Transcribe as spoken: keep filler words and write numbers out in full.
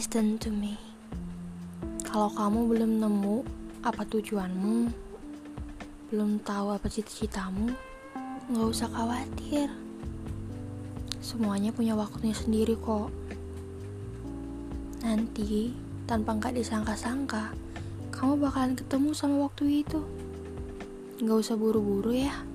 Listen to me. Kalau kamu belum nemu apa tujuanmu, belum tahu apa cita-citamu, gak usah khawatir. Semuanya punya waktunya sendiri kok. Nanti, tanpa gak disangka-sangka, kamu bakalan ketemu sama waktu itu. Gak usah buru-buru ya.